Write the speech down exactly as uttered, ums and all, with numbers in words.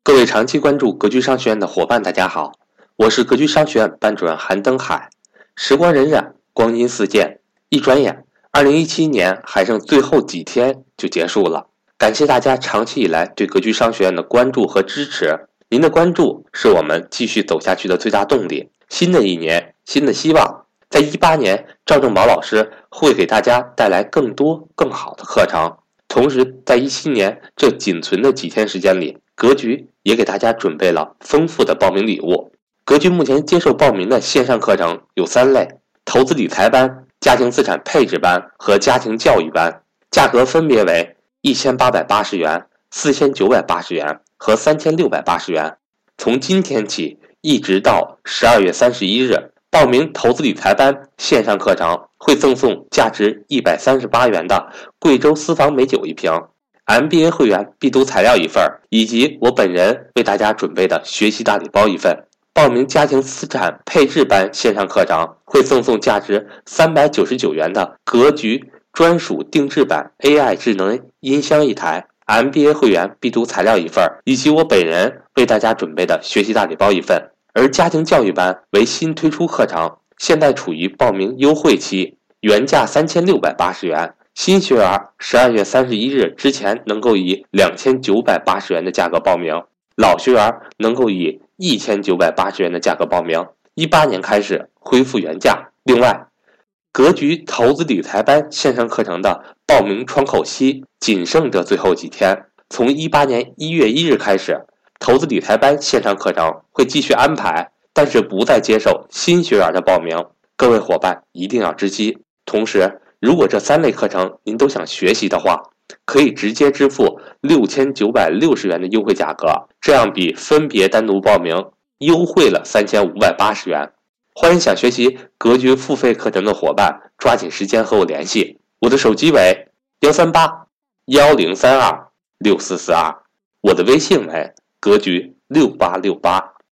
各位长期关注格局商学院的伙伴，大家好，我是格局商学院班主任韩登海。时光荏苒，光阴似箭，一转眼，二零一七年还剩最后几天就结束了。感谢大家长期以来对格局商学院的关注和支持，您的关注是我们继续走下去的最大动力。新的一年，新的希望，在一八年，赵正宝老师会给大家带来更多更好的课程。同时，在一七年这仅存的几天时间里，格局也给大家准备了丰富的报名礼物。格局目前接受报名的线上课程有三类：投资理财班、家庭资产配置班和家庭教育班，价格分别为一千八百八十元、四千九百八十元和三千六百八十元。从今天起一直到十二月三十一日，报名投资理财班线上课程会赠送价值一百三十八元的贵州私房美酒一瓶， M B A 会员必读材料一份，以及我本人为大家准备的学习大礼包一份。报名家庭资产配置班线上课程会赠送价值三百九十九元的格局专属定制版 A I 智能音箱一台， M B A 会员必读材料一份，以及我本人为大家准备的学习大礼包一份。而家庭教育班为新推出课程，现在处于报名优惠期，原价三千六百八十元，新学员十二月三十一日之前能够以两千九百八十元的价格报名，老学员能够以一千九百八十元的价格报名。一八年开始恢复原价。另外，格局投资理财班线上课程的报名窗口期仅剩这最后几天，从一八年一月一日开始，投资理财班线上课程会继续安排，但是不再接受新学员的报名，各位伙伴一定要知悉。同时，如果这三类课程您都想学习的话，可以直接支付六千九百六十元的优惠价格，这样比分别单独报名优惠了三千五百八十元。欢迎想学习格局付费课程的伙伴抓紧时间和我联系，我的手机为一三八一零三二六四四二，我的微信为格局六八六八。